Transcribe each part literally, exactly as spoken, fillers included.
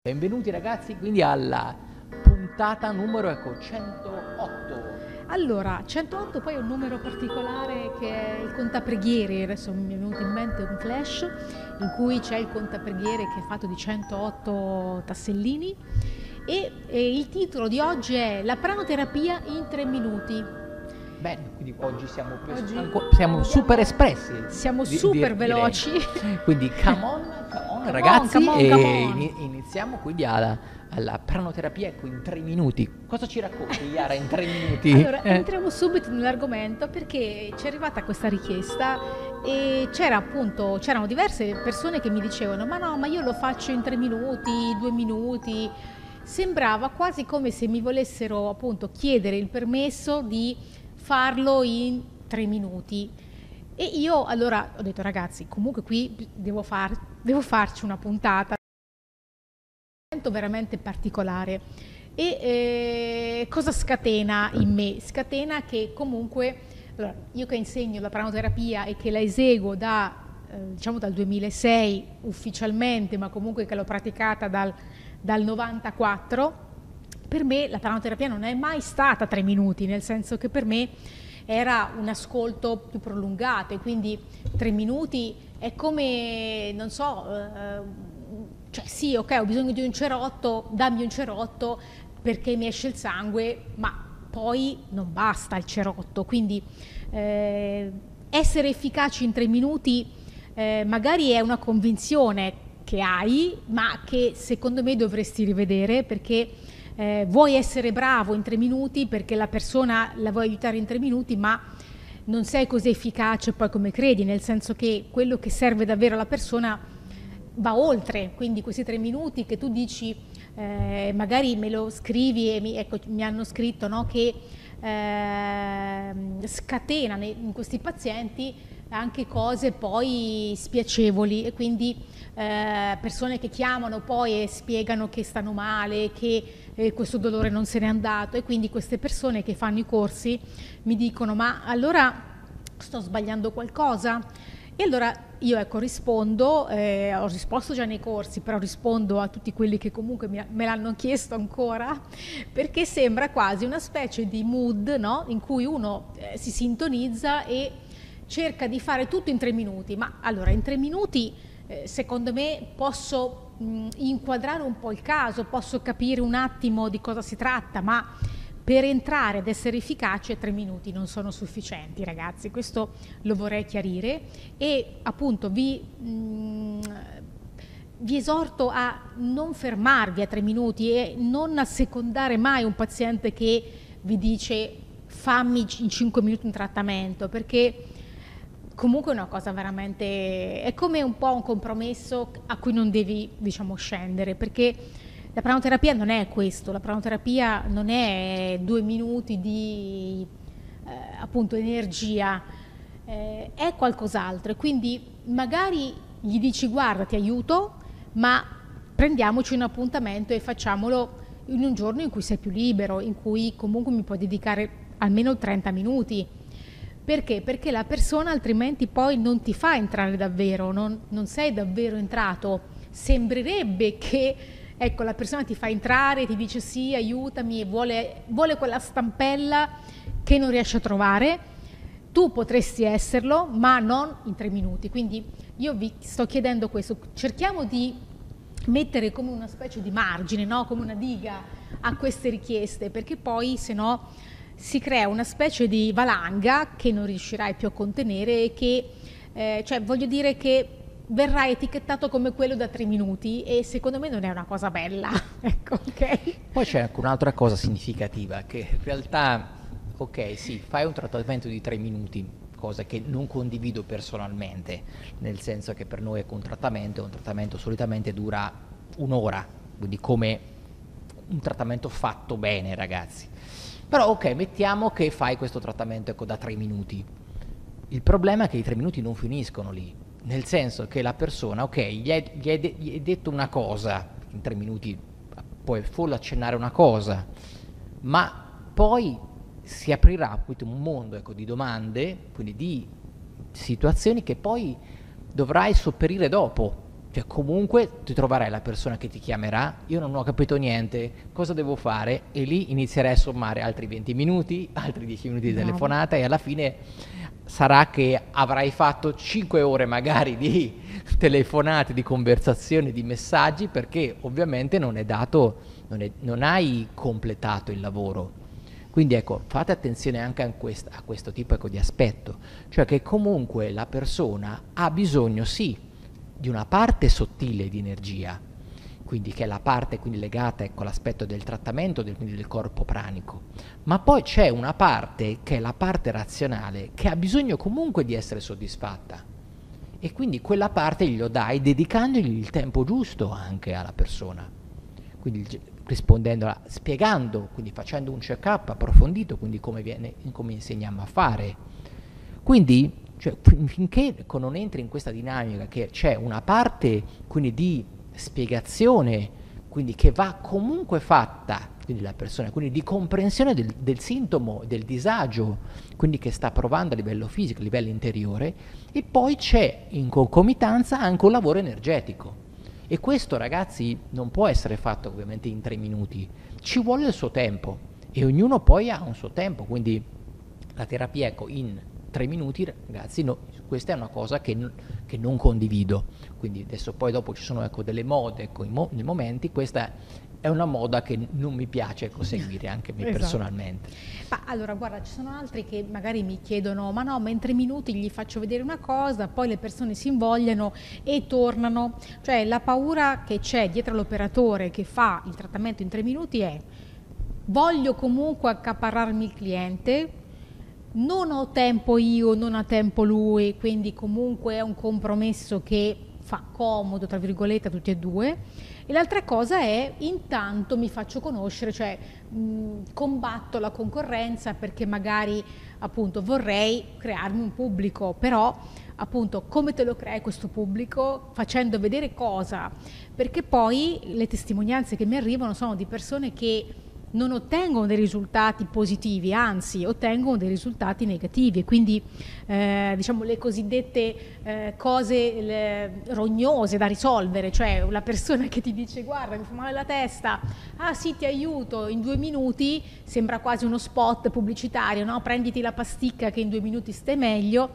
Benvenuti ragazzi, quindi alla puntata numero ecco, centootto. Allora, centootto poi è un numero particolare che è il contapreghiere, adesso mi è venuto in mente un flash in cui c'è il contapreghiere che è fatto di centootto tassellini e, e il titolo di oggi è La pranoterapia in tre minuti. Bene, quindi oggi siamo, Oggi anco- siamo super espressi. Siamo di- super di- veloci. direi. Quindi come on, come on Come ragazzi, on, come on, e come on. ini- iniziamo quindi alla, alla pranoterapia ecco, in tre minuti. Cosa ci racconti Iara in tre minuti? Allora, Eh. entriamo subito nell'argomento perché ci è arrivata questa richiesta e c'era appunto, c'erano diverse persone che mi dicevano ma no, ma io lo faccio in tre minuti, due minuti. Sembrava quasi come se mi volessero appunto chiedere il permesso di farlo in tre minuti. E io allora ho detto ragazzi, comunque qui devo, far, devo farci una puntata veramente particolare. E eh, cosa scatena in me? Scatena che comunque, allora, io che insegno la pranoterapia e che la eseguo da, eh, diciamo dal duemilasei ufficialmente, ma comunque che l'ho praticata dal, dal novantaquattro, per me la pranoterapia non è mai stata tre minuti, nel senso che per me era un ascolto più prolungato e quindi tre minuti è come, non so, eh, cioè sì, ok, ho bisogno di un cerotto, dammi un cerotto perché mi esce il sangue, ma poi non basta il cerotto, quindi eh, essere efficaci in tre minuti eh, magari è una convinzione che hai, ma che secondo me dovresti rivedere perché eh, vuoi essere bravo in tre minuti perché la persona la vuoi aiutare in tre minuti, ma non sei così efficace poi come credi, nel senso che quello che serve davvero alla persona va oltre, quindi questi tre minuti che tu dici, eh, magari me lo scrivi e mi, ecco, mi hanno scritto no, che eh, scatena nei, in questi pazienti anche cose poi spiacevoli e quindi eh, persone che chiamano poi e spiegano che stanno male, che eh, questo dolore non se n'è andato e quindi queste persone che fanno i corsi mi dicono ma allora sto sbagliando qualcosa? E allora io ecco rispondo, eh, ho risposto già nei corsi, però rispondo a tutti quelli che comunque mi, me l'hanno chiesto ancora, perché sembra quasi una specie di mood, no? In cui uno eh, si sintonizza e cerca di fare tutto in tre minuti, ma allora in tre minuti eh, secondo me posso mh, inquadrare un po' il caso, posso capire un attimo di cosa si tratta, ma per entrare ad essere efficace tre minuti non sono sufficienti ragazzi, questo lo vorrei chiarire e appunto vi, mh, vi esorto a non fermarvi a tre minuti e non assecondare mai un paziente che vi dice fammi in cinque minuti un trattamento perché comunque è una cosa veramente, è come un po' un compromesso a cui non devi diciamo scendere perché la pranoterapia non è questo, la pranoterapia non è due minuti di eh, appunto energia, eh, è qualcos'altro e quindi magari gli dici guarda ti aiuto ma prendiamoci un appuntamento e facciamolo in un giorno in cui sei più libero, in cui comunque mi puoi dedicare almeno trenta minuti. Perché? Perché la persona altrimenti poi non ti fa entrare davvero, non, non sei davvero entrato, sembrerebbe che ecco, la persona ti fa entrare, ti dice sì, aiutami, vuole, vuole quella stampella che non riesce a trovare. Tu potresti esserlo, ma non in tre minuti. Quindi io vi sto chiedendo questo, cerchiamo di mettere come una specie di margine, no? Come una diga a queste richieste, perché poi se no si crea una specie di valanga che non riuscirai più a contenere e che, eh, cioè voglio dire che verrà etichettato come quello da tre minuti e secondo me non è una cosa bella, ecco, ok? Poi c'è anche un'altra cosa significativa, che in realtà, ok, sì, fai un trattamento di tre minuti, cosa che non condivido personalmente, nel senso che per noi è un trattamento, un trattamento solitamente dura un'ora, quindi come un trattamento fatto bene, ragazzi. Però ok, mettiamo che fai questo trattamento ecco, da tre minuti. Il problema è che i tre minuti non finiscono lì. Nel senso che la persona, ok, gli hai, gli hai, de- gli hai detto una cosa, in tre minuti puoi solo accennare una cosa, ma poi si aprirà un mondo ecco, di domande, quindi di situazioni che poi dovrai sopperire dopo. Cioè comunque ti troverai la persona che ti chiamerà, io non ho capito niente, cosa devo fare? E lì inizierai a sommare altri venti minuti, altri dieci minuti di Bravo. telefonata e alla fine sarà che avrai fatto cinque ore magari di telefonate, di conversazioni, di messaggi, perché ovviamente non è dato, non, è, non hai completato il lavoro. Quindi ecco, fate attenzione anche a, quest, a questo tipo ecco, di aspetto, cioè che comunque la persona ha bisogno sì di una parte sottile di energia, quindi che è la parte quindi legata ecco, all'aspetto del trattamento, del, quindi del corpo pranico, ma poi c'è una parte che è la parte razionale che ha bisogno comunque di essere soddisfatta e quindi quella parte glielo dai dedicandogli il tempo giusto anche alla persona, quindi rispondendola, spiegando, quindi facendo un check-up approfondito, quindi come, viene, come insegniamo a fare. Quindi cioè, finché non entri in questa dinamica che c'è una parte quindi di spiegazione, quindi che va comunque fatta, quindi la persona, quindi di comprensione del, del sintomo, del disagio, quindi che sta provando a livello fisico, a livello interiore, e poi c'è in concomitanza anche un lavoro energetico. E questo, ragazzi, non può essere fatto ovviamente in tre minuti, ci vuole il suo tempo e ognuno poi ha un suo tempo, quindi la terapia, ecco, in tre minuti, ragazzi, no, questa è una cosa che, n- che non condivido. Quindi adesso poi dopo ci sono ecco, delle mode ecco, mo- nei momenti, questa è una moda che non mi piace ecco, seguire anche me Esatto. personalmente. Ma allora guarda, ci sono altri che magari mi chiedono ma no, ma in tre minuti gli faccio vedere una cosa, poi le persone si invogliano e tornano. Cioè la paura che c'è dietro l'operatore che fa il trattamento in tre minuti è: voglio comunque accaparrarmi il cliente, non ho tempo io, non ha tempo lui, quindi comunque è un compromesso che fa comodo tra virgolette a tutti e due. E l'altra cosa è: intanto mi faccio conoscere, cioè mh, combatto la concorrenza perché magari appunto vorrei crearmi un pubblico, però appunto come te lo crei questo pubblico? Facendo vedere cosa? Perché poi le testimonianze che mi arrivano sono di persone che non ottengono dei risultati positivi, anzi ottengono dei risultati negativi, e quindi eh, diciamo le cosiddette eh, cose le, rognose da risolvere, cioè la persona che ti dice guarda mi fa male la testa, ah sì ti aiuto, in due minuti, sembra quasi uno spot pubblicitario, no? Prenditi la pasticca che in due minuti stai meglio,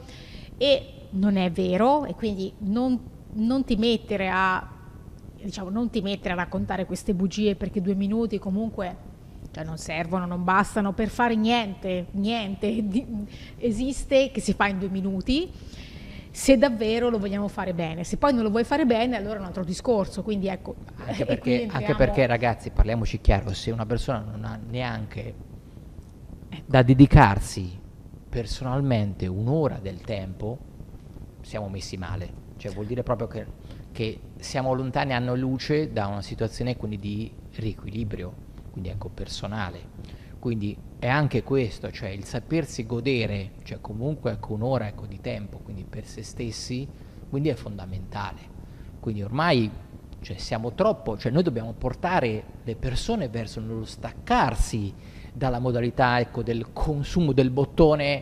e non è vero, e quindi non, non ti mettere a diciamo non ti mettere a raccontare queste bugie, perché due minuti comunque cioè non servono, non bastano per fare niente, niente di, esiste che si fa in due minuti, se davvero lo vogliamo fare bene. Se poi non lo vuoi fare bene, allora è un altro discorso, quindi ecco. Anche perché, entriamo... anche perché ragazzi, parliamoci chiaro, se una persona non ha neanche ecco. da dedicarsi personalmente un'ora del tempo, siamo messi male, cioè vuol dire proprio che, che siamo lontani anno luce da una situazione quindi di riequilibrio, quindi ecco personale. Quindi è anche questo, cioè il sapersi godere, cioè comunque ecco un'ora ecco di tempo, quindi per se stessi, quindi è fondamentale. Quindi ormai cioè, siamo troppo, cioè noi dobbiamo portare le persone verso lo staccarsi dalla modalità ecco del consumo del bottone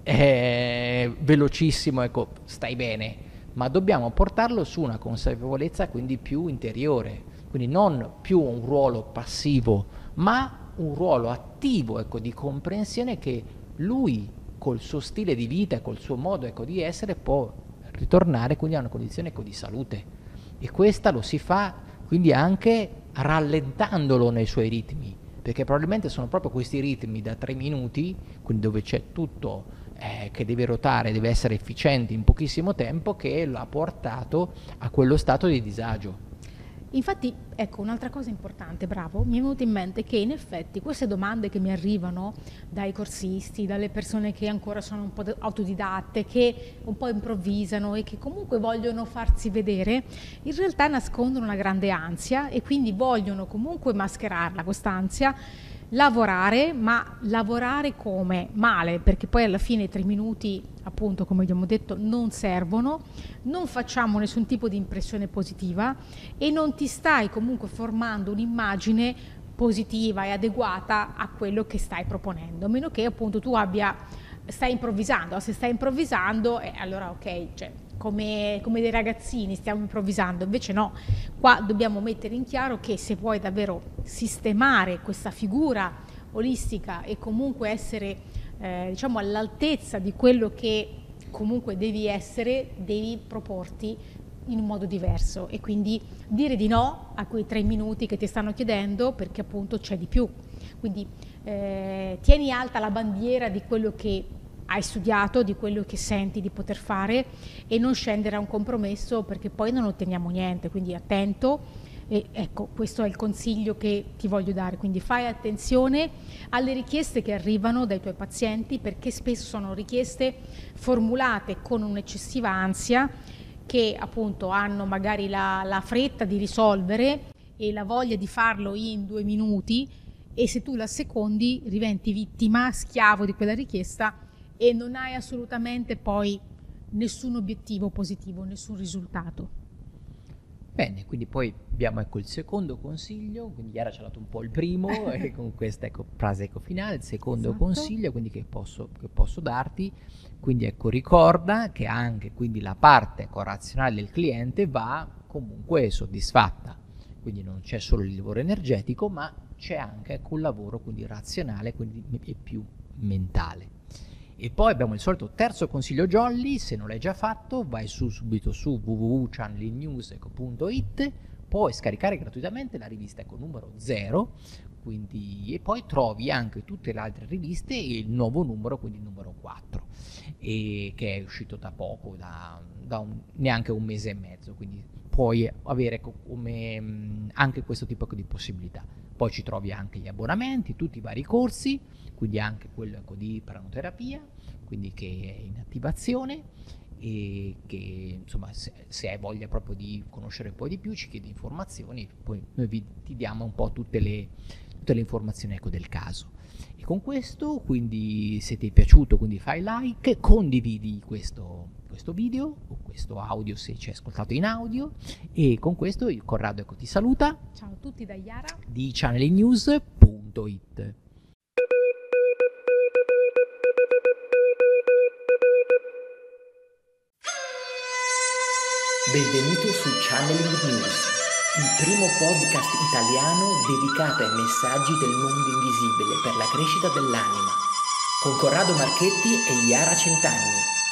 eh, velocissimo, ecco stai bene, ma dobbiamo portarlo su una consapevolezza quindi più interiore, quindi non più un ruolo passivo, ma un ruolo attivo ecco, di comprensione che lui col suo stile di vita e col suo modo ecco, di essere può ritornare quindi a una condizione ecco, di salute, e questa lo si fa quindi anche rallentandolo nei suoi ritmi, perché probabilmente sono proprio questi ritmi da tre minuti, quindi dove c'è tutto eh, che deve ruotare, deve essere efficiente in pochissimo tempo, che l'ha portato a quello stato di disagio. Infatti, ecco, un'altra cosa importante, bravo, mi è venuto in mente che in effetti queste domande che mi arrivano dai corsisti, dalle persone che ancora sono un po' autodidatte, che un po' improvvisano e che comunque vogliono farsi vedere, in realtà nascondono una grande ansia e quindi vogliono comunque mascherarla, quest'ansia, lavorare, ma lavorare come? Male, perché poi alla fine i tre minuti, appunto, come abbiamo detto, non servono, non facciamo nessun tipo di impressione positiva e non ti stai comunque formando un'immagine positiva e adeguata a quello che stai proponendo, a meno che appunto tu abbia, stai improvvisando, se stai improvvisando, eh, allora ok, cioè come, come dei ragazzini, stiamo improvvisando. Invece no, qua dobbiamo mettere in chiaro che se vuoi davvero sistemare questa figura olistica e comunque essere eh, diciamo all'altezza di quello che comunque devi essere, devi proporti in un modo diverso e quindi dire di no a quei tre minuti che ti stanno chiedendo, perché appunto c'è di più. Quindi eh, tieni alta la bandiera di quello che hai studiato, di quello che senti di poter fare e non scendere a un compromesso, perché poi non otteniamo niente. Quindi attento, e ecco, questo è il consiglio che ti voglio dare. Quindi fai attenzione alle richieste che arrivano dai tuoi pazienti, perché spesso sono richieste formulate con un'eccessiva ansia, che appunto hanno magari la, la fretta di risolvere e la voglia di farlo in due minuti, e se tu la secondi diventi vittima, schiavo di quella richiesta e non hai assolutamente poi nessun obiettivo positivo, nessun risultato. Bene, quindi poi abbiamo ecco il secondo consiglio, quindi Chiara ci ha dato un po' il primo e con questa ecco, frase ecco, finale, il secondo Esatto. consiglio quindi che posso, che posso darti, quindi ecco ricorda che anche quindi la parte ecco, razionale del cliente va comunque soddisfatta, quindi non c'è solo il lavoro energetico ma c'è anche ecco, un lavoro quindi razionale, quindi è più mentale. E poi abbiamo il solito terzo consiglio jolly, se non l'hai già fatto vai su subito su w w w punto channelingnews punto i t, puoi scaricare gratuitamente la rivista ecco, numero zero, quindi, e poi trovi anche tutte le altre riviste e il nuovo numero, quindi il numero quattro, e che è uscito da poco, da, da un, neanche un mese e mezzo, quindi puoi avere ecco, come, mh, anche questo tipo ecco, di possibilità. Poi ci trovi anche gli abbonamenti, tutti i vari corsi, quindi anche quello ecco, di pranoterapia, quindi che è in attivazione e che insomma se, se hai voglia proprio di conoscere un po' di più ci chiedi informazioni, poi noi vi, ti diamo un po' tutte le, tutte le informazioni ecco, del caso. E con questo quindi se ti è piaciuto quindi fai like, condividi questo, questo video o questo audio se ci hai ascoltato in audio, e con questo io Corrado ecco, ti saluta. Ciao a tutti da Iara di channelingnews punto i t. Benvenuto su Channeling News, il primo podcast italiano dedicato ai messaggi del mondo invisibile per la crescita dell'anima, con Corrado Marchetti e Iara Centanni.